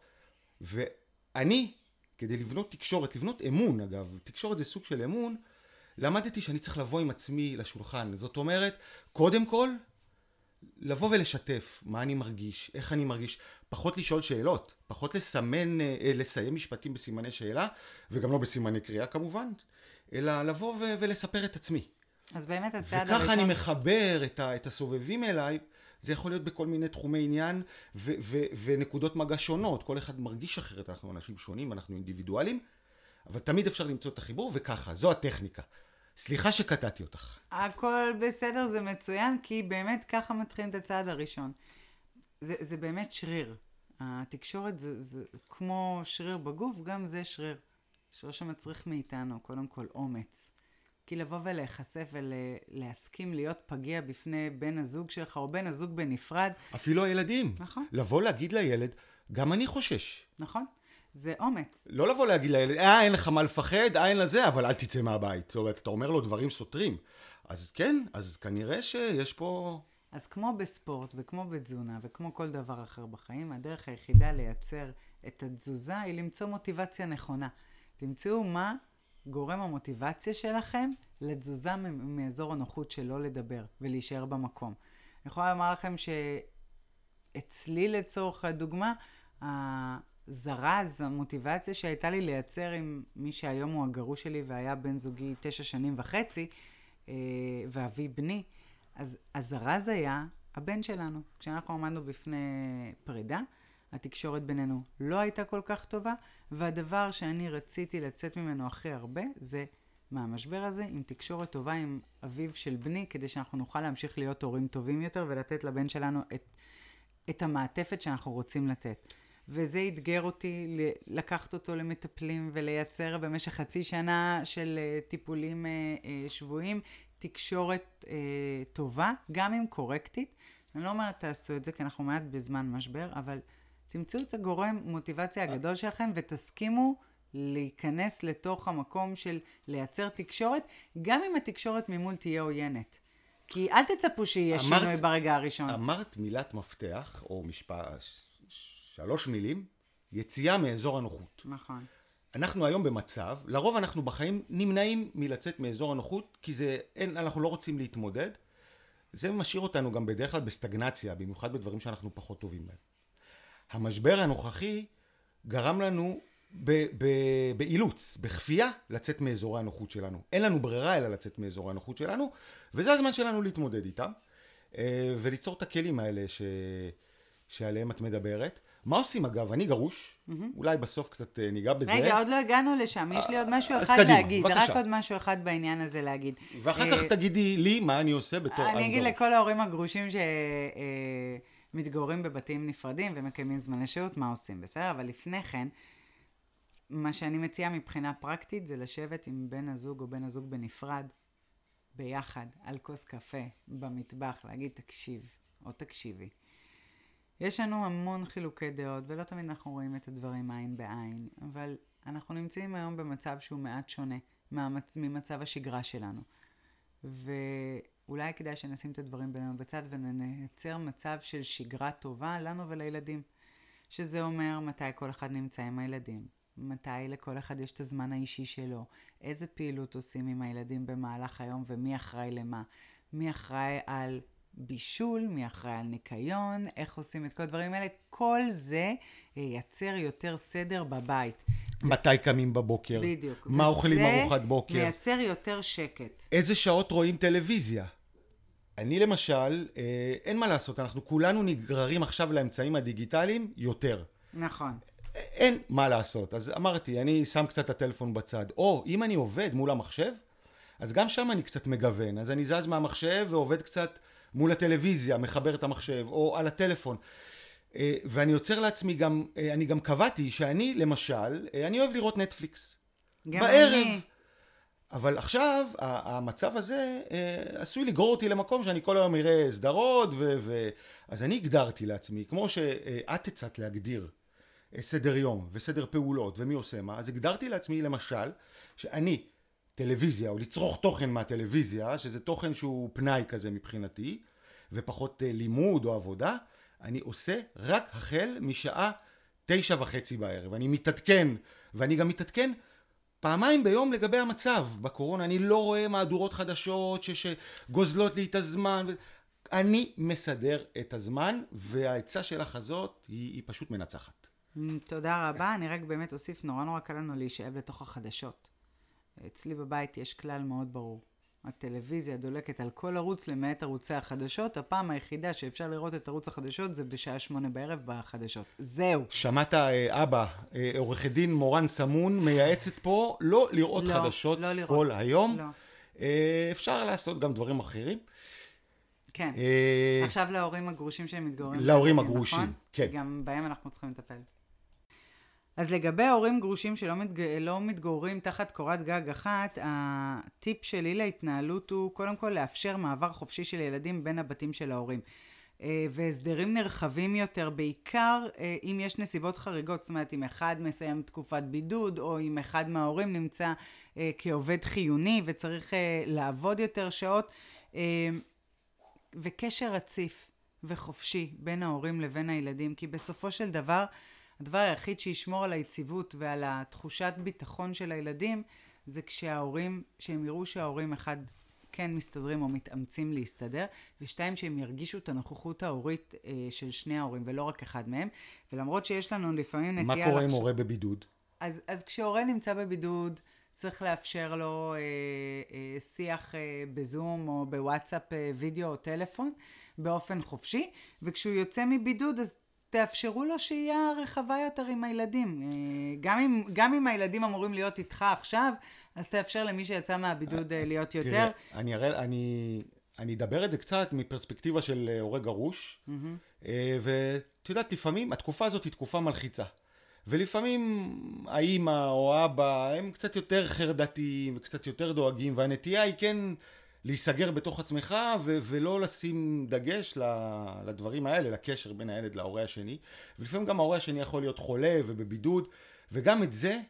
S1: ואני, כדי לבנות תקשורת, לבנות אמון אגב, תקשורת זה סוג של אמון, למדתי שאני צריך לבוא עם עצמי לשולחן. זאת אומרת, קודם כל, לבוא ולשתף מה אני מרגיש, איך אני מרגיש, פחות לשאול שאלות, פחות לסמן, לסיים משפטים בסימני שאלה, וגם לא בסימני קריאה כמובן, אלא לבוא ו- ולספר את עצמי.
S2: אז באמת הצעד הראשון...
S1: וככה אני מחבר את, ה- את הסובבים אליי, זה יכול להיות בכל מיני תחומי עניין ו- ו- ונקודות מגע שונות, כל אחד מרגיש אחרת, אנחנו אנשים שונים, אנחנו אינדיבידואלים, אבל תמיד אפשר למצוא את החיבור, וככה, זו הטכניקה. סליחה שקטעתי אותך.
S2: הכל בסדר, זה מצוין, כי באמת ככה מתחילים את הצעד הראשון. זה, זה באמת שריר. התקשורת זה, זה כמו שריר בגוף, גם זה שריר. שריר שמצריך מאיתנו, קודם כל אומץ. כי לבוא ולהיחשף ולהסכים להיות פגיע בפני בן הזוג שלך, או בן הזוג בנפרד.
S1: אפילו הילדים.
S2: נכון.
S1: לבוא להגיד לילד, גם אני חושש.
S2: נכון. זה אומץ.
S1: לא לבוא להגיד לילד, אה, אין לך מה לפחד, אה, אין לזה, אבל אל תצא מהבית. זאת אומרת, אתה אומר לו דברים סותרים. אז כן, אז כנראה שיש פה...
S2: אז כמו בספורט, וכמו בתזונה, וכמו כל דבר אחר בחיים, הדרך היחידה לייצר את התזוזה היא למצוא מוטיבציה נכונה. תמצאו מה גורם המוטיבציה שלכם לתזוזה מאזור הנוחות שלא לדבר ולהישאר במקום. אני יכולה לומר לכם שאצלי לצורך הדוגמה, הזרז, המוטיבציה שהייתה לי לייצר עם מי שהיום הוא הגרוש שלי והיה בן זוגי תשע שנים וחצי, ואבי בני, אז הזרז היה הבן שלנו. כשאנחנו עמדנו בפני פרידה, התקשורת בינינו לא הייתה כל כך טובה, והדבר שאני רציתי לצאת ממנו הכי הרבה, זה מהמשבר הזה עם תקשורת טובה עם אביו של בני, כדי שאנחנו נוכל להמשיך להיות הורים טובים יותר, ולתת לבן שלנו את, את המעטפת שאנחנו רוצים לתת. וזה התגר אותי לקחת אותו למטפלים, ולייצר במשך חצי שנה של טיפולים שבועים, תקשורת טובה, גם אם קורקטית. אני לא אומרת תעשו את זה, כי אנחנו מעט בזמן משבר, אבל תמצאו את הגורם מוטיבציה הגדול שלכם, ותסכימו להיכנס לתוך המקום של לייצר תקשורת, גם אם התקשורת ממול תהיה עוינת. כי אל תצפו שיהיה אמרת, שינוי ברגע הראשון.
S1: אמרת מילת מפתח, או משפט, שלוש מילים, יציאה מאזור הנוחות.
S2: נכון.
S1: אנחנו היום במצב, לרוב אנחנו בחיים נמנעים מלצאת מאזור הנוחות, כי זה, אין, אנחנו לא רוצים להתמודד. זה משאיר אותנו גם בדרך כלל בסטגנציה, במיוחד בדברים שאנחנו פחות טובים בהם. המשבר הנוכחי גרם לנו ב- ב- באילוץ, בכפייה, לצאת מאזורי הנוחות שלנו. אין לנו ברירה אלא לצאת מאזורי הנוחות שלנו, וזה הזמן שלנו להתמודד איתם, וליצור את הכלים האלה ש... שעליהם את מדברת. מה עושים אגב? אני גרוש, mm-hmm. אולי בסוף קצת ניגע בזה.
S2: רגע, עוד לא הגענו לשם, יש לי עוד משהו אחד קדימה, להגיד, בבקשה. רק עוד משהו אחד בעניין הזה להגיד.
S1: ואחר כך תגידי לי מה אני עושה בתור...
S2: אני אגיד לכל ההורים הגרושים שמתגוררים בבתים נפרדים ומקיימים זמני שהות, מה עושים, בסדר? אבל לפני כן, מה שאני מציעה מבחינה פרקטית זה לשבת עם בן הזוג או בן הזוג בנפרד, ביחד, על כוס קפה, במטבח, להגיד תקשיב או תקשיבי. יש לנו המון חילוקי דעות, ולא תמיד אנחנו רואים את הדברים עין בעין, אבל אנחנו נמצאים היום במצב שהוא מעט שונה ממצב השגרה שלנו. ואולי כדאי שנשים את הדברים בינינו בצד, ונייצר מצב של שגרה טובה לנו ולילדים. שזה אומר מתי כל אחד נמצא עם הילדים, מתי לכל אחד יש את הזמן האישי שלו, איזה פעילות עושים עם הילדים במהלך היום ומי אחראי למה. מי אחראי על בישול, מי אחראי על ניקיון, איך עושים את כל הדברים האלה. כל זה ייצר יותר סדר בבית.
S1: מתי וס... קמים בבוקר?
S2: בדיוק.
S1: מה אוכלים ארוחת בוקר?
S2: מייצר יותר שקט.
S1: איזה שעות רואים טלוויזיה? אני למשל, אין מה לעשות, אנחנו כולנו נגררים עכשיו לאמצעים הדיגיטליים יותר.
S2: נכון.
S1: אין מה לעשות. אז אמרתי, אני שם קצת את הטלפון בצד. או אם אני עובד מול המחשב, אז גם שם אני קצת מגוון. אז אני זז מהמחשב ועובד קצת מול הטלוויזיה, מחבר את המחשב, או על הטלפון. ואני יוצר לעצמי גם, אני גם קבעתי שאני למשל, אני אוהב לראות נטפליקס.
S2: גם
S1: בערב.
S2: אני.
S1: אבל עכשיו, המצב הזה עשוי לגרור אותי למקום שאני כל היום אראה סדרות, ו... ו... אז אני הגדרתי לעצמי, כמו שאת הצעת להגדיר סדר יום וסדר פעולות ומי עושה מה, אז הגדרתי לעצמי למשל, שאני טלוויזיה, או לצרוך תוכן מהטלוויזיה, שזה תוכן שהוא פנאי כזה מבחינתי, ופחות לימוד או עבודה, אני עושה רק החל משעה תשע וחצי בערב. אני מתעדכן, ואני גם מתעדכן פעמיים ביום לגבי המצב. בקורונה אני לא רואה מהדורות חדשות שגוזלות לי את הזמן. אני מסדר את הזמן, והעצה שלך הזאת היא, היא פשוט מנצחת.
S2: תודה רבה. אני רק באמת אוסיף, נורא נורא קל לנו להישאב לתוך החדשות. אצלי בבית יש כלל מאוד ברור. הטלוויזיה דולקת על כל ערוץ למעט ערוצי החדשות. הפעם היחידה שאפשר לראות את ערוץ החדשות זה בשעה שמונה בערב בחדשות. זהו.
S1: שמעת אבא, עורך דין מורן סמון מייעצת פה לא לראות לא, חדשות לא לראות. כל היום. לא. אפשר לעשות גם דברים אחרים.
S2: כן. עכשיו להורים הגרושים שהם מתגוררים.
S1: להורים הגרושים, נכון? כן.
S2: גם בהם אנחנו צריכים לטפל. אז לגבי ההורים גרושים שלא מתג... לא מתגוררים תחת קורת גג אחת, הטיפ שלי להתנהלות הוא קודם כל לאפשר מעבר חופשי של ילדים בין הבתים של ההורים. והסדרים נרחבים יותר, בעיקר אם יש נסיבות חריגות, זאת אומרת אם אחד מסיים תקופת בידוד, או אם אחד מההורים נמצא כעובד חיוני וצריך לעבוד יותר שעות, וקשר רציף וחופשי בין ההורים לבין הילדים, כי בסופו של דבר, הדבר היחיד שישמור על היציבות ועל התחושת ביטחון של הילדים, זה כשההורים, שהם יראו שההורים אחד כן מסתדרים או מתאמצים להסתדר, ושתיים שהם ירגישו את הנוכחות ההורית אה, של שני ההורים ולא רק אחד מהם, ולמרות שיש לנו לפעמים נטייה...
S1: מה קורה עם הורה בבידוד?
S2: אז, אז כשהורה נמצא בבידוד, צריך לאפשר לו אה, אה, שיח אה, בזום או בוואטסאפ אה, וידאו או טלפון באופן חופשי, וכשהוא יוצא מבידוד אז תאפשרו לו שיהיה רחבה יותר עם הילדים. גם אם, גם אם הילדים אמורים להיות איתך עכשיו, אז תאפשר למי שיצא מהבידוד להיות יותר.
S1: תראה, אני, אראה, אני, אני אדבר את זה קצת מפרספקטיבה של הורה גרוש, mm-hmm. ואת יודעת, לפעמים התקופה הזאת היא תקופה מלחיצה. ולפעמים האמא או האבא הם קצת יותר חרדתיים וקצת יותר דואגים, והנטייה היא כן להיסגר בתוך עצמך ו- ולא לשים דגש לדברים האלה, לקשר בין הילד להורה השני. ולפעמים גם ההורה השני יכול להיות חולה ובבידוד, וגם את זה,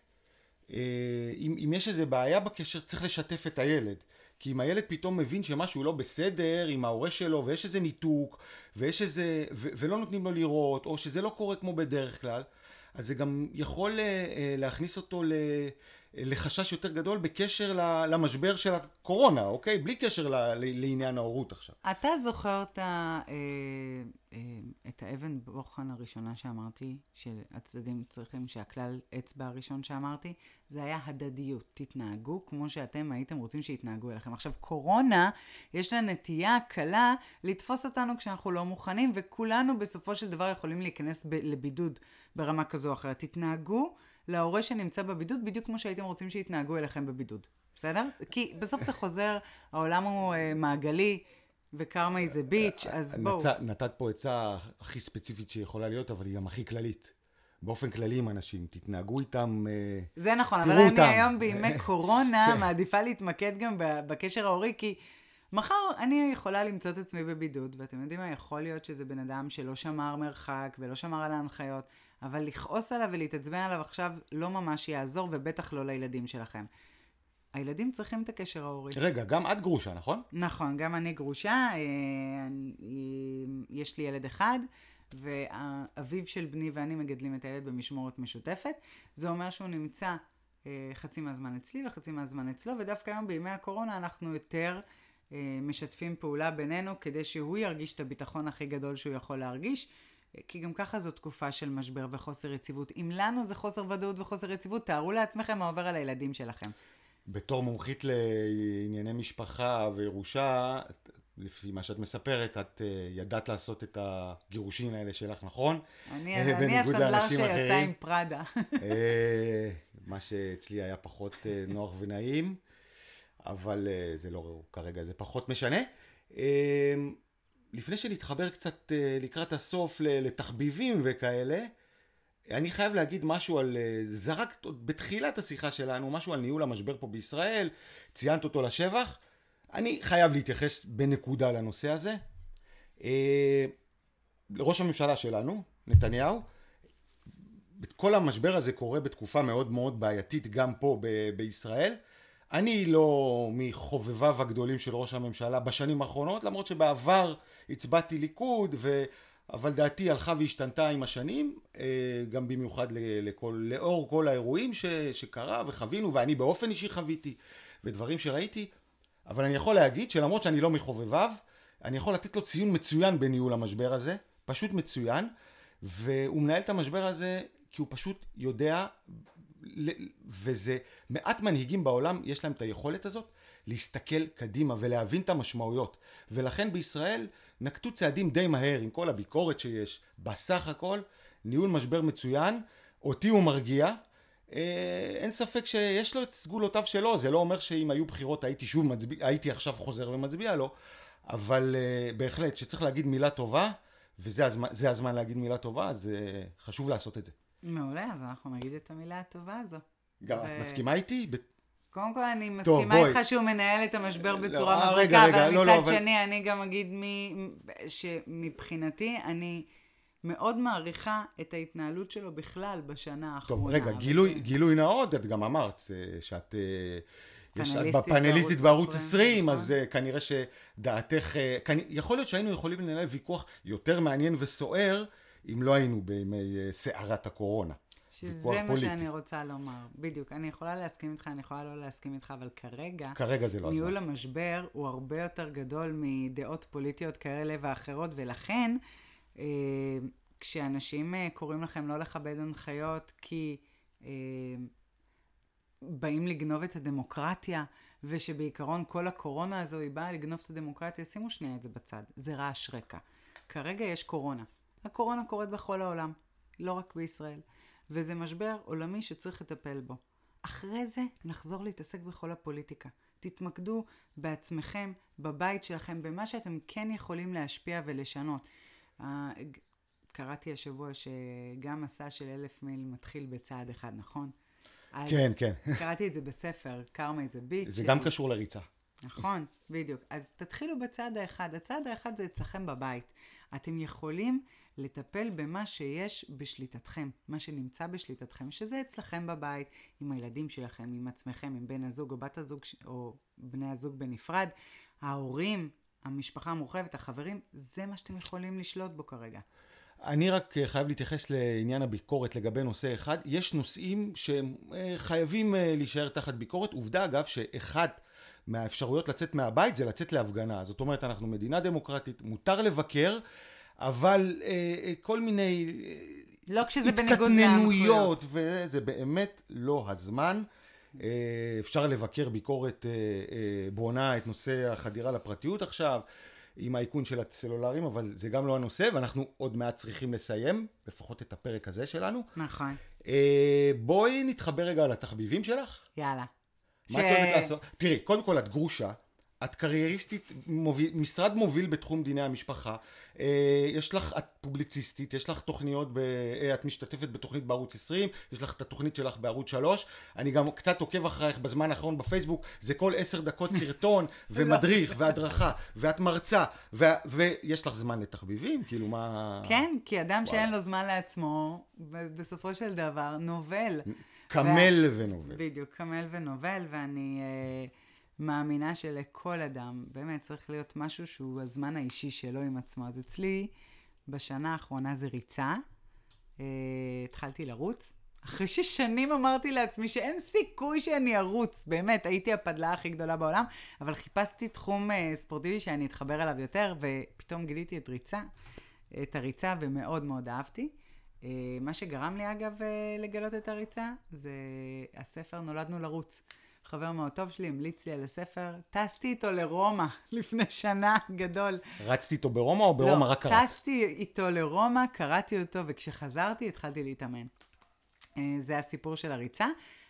S1: אם, אם יש איזו בעיה בקשר, צריך לשתף את הילד. כי אם הילד פתאום מבין שמשהו לא בסדר עם ההורה שלו, ויש איזה ניתוק, ויש איזה, ו- ולא נותנים לו לראות, או שזה לא קורה כמו בדרך כלל, אז זה גם יכול להכניס אותו ל... לחשש יותר גדול בקשר למשבר של הקורונה, אוקיי? בלי קשר לעניין ההורות עכשיו.
S2: אתה זוכר את, ה, את האבן בוחן הראשונה שאמרתי, שהצדדים צריכים, שהכלל אצבע הראשון שאמרתי, זה היה הדדיות. תתנהגו כמו שאתם הייתם רוצים שיתנהגו אליכם. עכשיו, קורונה, יש לה נטייה קלה לתפוס אותנו כשאנחנו לא מוכנים, וכולנו בסופו של דבר יכולים להיכנס ב- לבידוד ברמה כזו או אחרת. תתנהגו להורה שנמצא בבידוד, בדיוק כמו שהייתם רוצים שיתנהגו אליכם בבידוד. בסדר? כי בסוף זה חוזר, העולם הוא uh, מעגלי, וקרמה היא זה ביץ', אז בואו.
S1: נתת פה עצה הכי ספציפית שיכולה להיות, אבל היא גם הכי כללית. באופן כללי עם אנשים, תתנהגו איתם,
S2: זה נכון, אבל אני היום בימי קורונה מעדיפה להתמקד גם בקשר ההורי, כי מחר אני יכולה למצוא את עצמי בבידוד, ואתם יודעים מה, יכול להיות שזה בן אדם שלא שמר מרחק ולא שמר על ההנחיות, אבל לכעוס עליו ולהתעצבן עליו עכשיו לא ממש יעזור, ובטח לא לילדים שלכם. הילדים צריכים את הקשר ההורי.
S1: רגע, גם את גרושה, נכון?
S2: נכון, גם אני גרושה, יש לי ילד אחד, והאביב של בני ואני מגדלים את הילד במשמורת משותפת. זה אומר שהוא נמצא אה, חצי מהזמן אצלי וחצי מהזמן אצלו, ודווקא היום בימי הקורונה אנחנו יותר אה, משתפים פעולה בינינו, כדי שהוא ירגיש את הביטחון הכי גדול שהוא יכול להרגיש, כי גם ככה זו תקופה של משבר וחוסר יציבות. אם לנו זה חוסר ודאות וחוסר יציבות, תארו לעצמכם מה עובר על הילדים שלכם.
S1: בתור מומחית לענייני משפחה וירושה, לפי מה שאת מספרת, את ידעת לעשות את הגירושים האלה שלך, נכון?
S2: אני, אני הסנדלר שיצא עם פרדה.
S1: מה שאצלי היה פחות נוח ונעים, אבל זה לא כרגע, זה פחות משנה. לפני שנתחבר קצת לקראת הסוף לתחביבים וכאלה, אני חייב להגיד משהו על, זרקת בתחילת השיחה שלנו, משהו על ניהול המשבר פה בישראל, ציינת אותו לשבח, אני חייב להתייחס בנקודה לנושא הזה. ראש הממשלה שלנו, נתניהו, כל המשבר הזה קורה בתקופה מאוד מאוד בעייתית גם פה ב- בישראל. אני לא מחובביו הגדולים של ראש הממשלה בשנים האחרונות, למרות שבעבר הצבעתי ליכוד, ו... אבל דעתי הלכה והשתנתה עם השנים, גם במיוחד לכל, לאור כל האירועים ש... שקרה וחווינו, ואני באופן אישי חוויתי, ודברים שראיתי. אבל אני יכול להגיד שלמרות שאני לא מחובביו, אני יכול לתת לו ציון מצוין בניהול המשבר הזה, פשוט מצוין, והוא מנהל את המשבר הזה כי הוא פשוט יודע, וזה מעט מנהיגים בעולם יש להם את היכולת הזאת להסתכל קדימה ולהבין את המשמעויות, ולכן בישראל נקטו צעדים די מהר עם כל הביקורת שיש. בסך הכל ניהול משבר מצוין, אותי הוא מרגיע, אין ספק שיש לו את סגולותיו שלו, זה לא אומר שאם היו בחירות הייתי שוב מצביע, הייתי עכשיו חוזר ומצביע לו, אבל בהחלט שצריך להגיד מילה טובה, וזה הזמן, זה הזמן להגיד מילה טובה, אז חשוב לעשות את זה.
S2: מעולה, אז אנחנו נגיד את המילה הטובה הזו.
S1: גם ו... את מסכימה איתי? ב...
S2: קודם כל אני מסכימה טוב, איתך שהוא מנהל את המשבר בצורה לא, מבריקה, אבל מצד לא, לא, שני אבל... אני גם אגיד מי, שמבחינתי אני מאוד מעריכה את ההתנהלות שלו בכלל בשנה האחרונה.
S1: טוב, רגע, גילוי, גילוי נאות, את גם אמרת שאת... יש בפאנליסטית בערוץ עשרים, אז כנראה שדעתך, יכול להיות שהיינו יכולים לנהל ויכוח יותר מעניין וסוער, אם לא היינו בימי סערת הקורונה.
S2: שזה מה שאני רוצה לומר. בדיוק, אני יכולה להסכים איתך, אני יכולה לא להסכים איתך, אבל כרגע,
S1: כרגע זה לא הזמן.
S2: ניהול המשבר הוא הרבה יותר גדול מדעות פוליטיות כאלה ואחרות, ולכן, כשאנשים קוראים לכם לא לכבד הנחיות, כי באים לגנוב את הדמוקרטיה, ושבעיקרון כל הקורונה הזו היא באה לגנוב את הדמוקרטיה, שימו שנייה את זה בצד, זה רעש רקע. כרגע יש קורונה. הקורונה קורית בכל העולם, לא רק בישראל. וזה משבר עולמי שצריך לטפל בו. אחרי זה נחזור להתעסק בכל הפוליטיקה. תתמקדו בעצמכם, בבית שלכם, במה שאתם כן יכולים להשפיע ולשנות. קראתי השבוע שגם מסע של אלף מיל מתחיל בצעד אחד, נכון?
S1: כן, כן.
S2: קראתי את זה בספר, קרמה איזה ביט.
S1: זה גם קשור לריצה.
S2: נכון, בדיוק. אז תתחילו בצעד האחד. הצעד האחד זה אצלכם בבית. אתם יכולים לטפל במה שיש בשליטתכם, מה שנמצא בשליטתכם, שזה אצלכם בבית, עם הילדים שלכם, עם עצמכם, עם בן הזוג או בת הזוג או בני הזוג בנפרד, ההורים, המשפחה המורחבת, החברים, זה מה שאתם יכולים לשלוט בו כרגע.
S1: אני רק חייב להתייחס לעניין הביקורת לגבי נושא אחד. יש נושאים שחייבים להישאר תחת ביקורת. עובדה אגב שאחד מהאפשרויות לצאת מהבית זה לצאת להפגנה. זאת אומרת, אנחנו מדינה דמוקרטית, מותר לבקר, אבל אה, כל מיני
S2: לא כשזה בניגוד התקטננויות,
S1: וזה באמת לא הזמן. אה, אפשר לבקר ביקורת אה, אה, בונה את נושא החדירה לפרטיות עכשיו, עם האיכון של הסלולרים, אבל זה גם לא הנושא, ואנחנו עוד מעט צריכים לסיים, לפחות את הפרק הזה שלנו.
S2: נכון.
S1: אה, בואי נתחבר רגע על התחביבים שלך.
S2: יאללה.
S1: מה ש... את אוהבת לעשות? תראי, קודם כל את גרושה, את קרייריסטית, מוביל, משרד מוביל בתחום דיני המשפחה, יש לך, את פובליציסטית, יש לך תוכניות, ב, את משתתפת בתוכנית בערוץ עשרים, יש לך את התוכנית שלך בערוץ שלוש, אני גם קצת עוקב אחריך בזמן האחרון בפייסבוק, זה כל עשר דקות סרטון ומדריך והדרכה, ואת מרצה, ו, ויש לך זמן לתחביבים, כאילו מה...
S2: כן, כי אדם וואלה. שאין לו זמן לעצמו, בסופו של דבר, נובל.
S1: קמל ו... ונובל.
S2: בדיוק, קמל ונובל, ואני... מאמינה שלכל אדם באמת צריך להיות משהו שהוא הזמן האישי שלו עם עצמו. אז אצלי בשנה האחרונה זה ריצה. Uh, התחלתי לרוץ. אחרי ששנים אמרתי לעצמי שאין סיכוי שאני ארוץ. באמת, הייתי הפדלה הכי גדולה בעולם, אבל חיפשתי תחום uh, ספורטיבי שאני אתחבר אליו יותר, ופתאום גיליתי את ריצה, את הריצה, ומאוד מאוד אהבתי. Uh, מה שגרם לי אגב uh, לגלות את הריצה, זה הספר נולדנו לרוץ. חבר מאוד טוב שלי המליץ לי על הספר, טסתי איתו לרומא לפני שנה גדול.
S1: רצתי איתו ברומא או ברומא
S2: לא,
S1: רק קראת?
S2: טסתי איתו לרומא, קראתי אותו, וכשחזרתי התחלתי להתאמן. זה הסיפור של הריצה.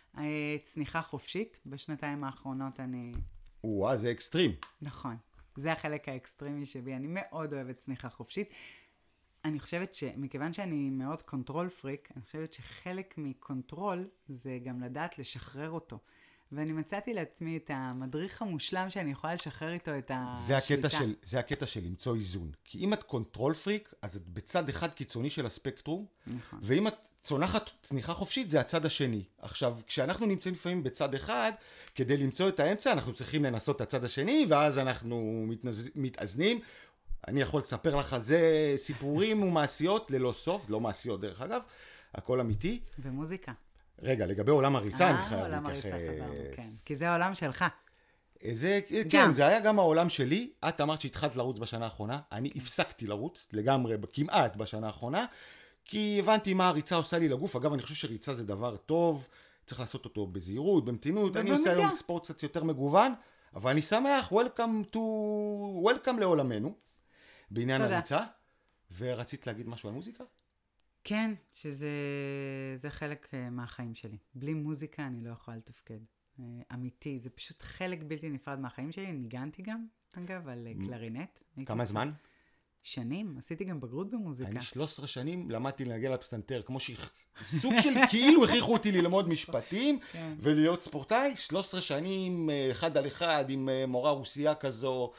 S2: צניחה חופשית, בשנתיים האחרונות אני...
S1: וואה, זה אקסטרים.
S2: נכון, זה החלק האקסטרימי שבי, אני מאוד אוהבת צניחה חופשית. אני חושבת שמכיוון שאני מאוד קונטרול פריק, אני חושבת שחלק מקונטרול זה גם לדעת לשחרר אותו. ואני מצאתי לעצמי את המדריך המושלם שאני יכולה לשחרר איתו את
S1: זה
S2: השליטה.
S1: הקטע של, זה הקטע של למצוא איזון. כי אם את קונטרול פריק, אז את בצד אחד קיצוני של הספקטרום,
S2: נכון.
S1: ואם את צונחת צניחה חופשית, זה הצד השני. עכשיו, כשאנחנו נמצאים לפעמים בצד אחד, כדי למצוא את האמצע, אנחנו צריכים לנסות את הצד השני, ואז אנחנו מתנז... מתאזנים. אני יכול לספר לך על זה סיפורים ומעשיות ללא סוף, לא מעשיות דרך אגב, הכל אמיתי.
S2: ומוזיקה.
S1: רגע, לגבי עולם הריצה, אני
S2: אה,
S1: חייב
S2: עולם
S1: להתייחס.
S2: הריצה חזרנו, כן. כי זה העולם שלך.
S1: זה,
S2: גם.
S1: כן, זה היה גם העולם שלי. את אמרת שהתחלת לרוץ בשנה האחרונה, אני הפסקתי לרוץ לגמרי, כמעט בשנה האחרונה, כי הבנתי מה הריצה עושה לי לגוף. אגב, אני חושב שריצה זה דבר טוב, צריך לעשות אותו בזהירות, במתינות. אני עושה היום ספורט קצת יותר מגוון, אבל אני שמח, welcome to, welcome לעולמנו, בעניין
S2: תודה.
S1: הריצה. ורצית להגיד משהו על מוזיקה?
S2: כן, שזה זה חלק uh, מהחיים שלי. בלי מוזיקה אני לא יכולה לתפקד. Uh, אמיתי, זה פשוט חלק בלתי נפרד מהחיים שלי. ניגנתי גם, אגב, על uh, קלרינט.
S1: כמה זמן?
S2: שנים, עשיתי גם בגרות במוזיקה.
S1: אני שלוש עשרה שנים למדתי לנגן על פסנתר, כמו שסוג של כאילו הכריחו אותי ללמוד משפטים
S2: כן.
S1: ולהיות ספורטאי. שלוש עשרה שנים, אחד על אחד, עם מורה רוסיה כזו,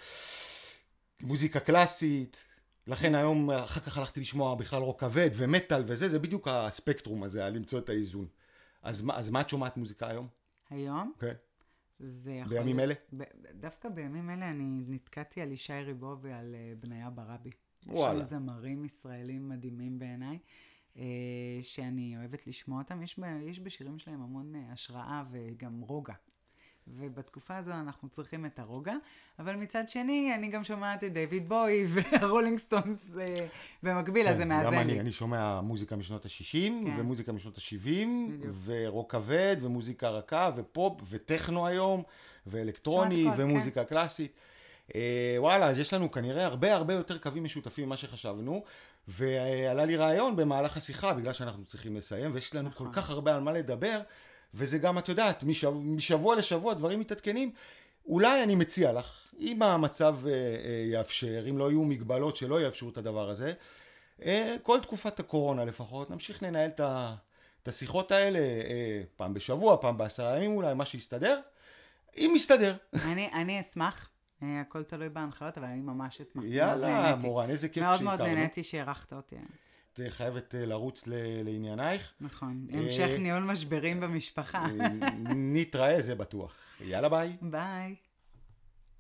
S1: מוזיקה קלאסית. לכן היום, אחר כך הלכתי לשמוע בכלל רוק כבד ומטל וזה, זה בדיוק הספקטרום הזה, למצוא את האיזון. אז, אז מה את שומעת מוזיקה היום?
S2: היום?
S1: כן.
S2: זה יכול...
S1: בימים אלה?
S2: ב- דווקא בימים אלה אני נתקעתי על ישי ריבו ועל uh, בניה ברבי.
S1: וואלה.
S2: שני זמרים ישראלים מדהימים בעיניי, uh, שאני אוהבת לשמוע אותם. יש, ב- יש בשירים שלהם המון uh, השראה וגם רוגע. ובתקופה הזו אנחנו צריכים את הרוגע, אבל מצד שני אני גם שומעת את דיוויד בוי והרולינג סטונס uh, במקביל, אז זה מאזן לי.
S1: גם אני, אני שומע מוזיקה משנות ה-שישים,
S2: כן.
S1: ומוזיקה משנות ה-שבעים,
S2: בדיוק.
S1: ורוק כבד, ומוזיקה רכה, ופופ, וטכנו היום, ואלקטרוני,
S2: שמעת הכל,
S1: ומוזיקה קלאסית. אה, וואלה, אז יש לנו כנראה הרבה הרבה יותר קווים משותפים ממה שחשבנו, ועלה לי רעיון במהלך השיחה, בגלל שאנחנו צריכים לסיים, ויש לנו
S2: נכון.
S1: כל כך הרבה על מה לדבר, וזה גם, את יודעת, משבוע, משבוע לשבוע דברים מתעדכנים. אולי אני מציע לך, אם המצב אה, אה, יאפשר, אם לא יהיו מגבלות שלא יאפשרו את הדבר הזה, אה, כל תקופת הקורונה לפחות, נמשיך לנהל את, ה, את השיחות האלה אה, פעם בשבוע, פעם בעשרה ימים אולי, מה שיסתדר, אם מסתדר.
S2: אני, אני אשמח, אה, הכל תלוי בהנחיות, אבל אני ממש אשמח. מאוד
S1: יאללה,
S2: נהניתי.
S1: מורן, איזה כיף
S2: מאוד
S1: שהכרנו.
S2: מאוד נהניתי שערכת אותי.
S1: את חייבת אה, לרוץ ל, לעניינייך.
S2: נכון,
S1: אה,
S2: המשך ניהול משברים במשפחה.
S1: אה, נתראה, זה בטוח. יאללה, ביי.
S2: ביי.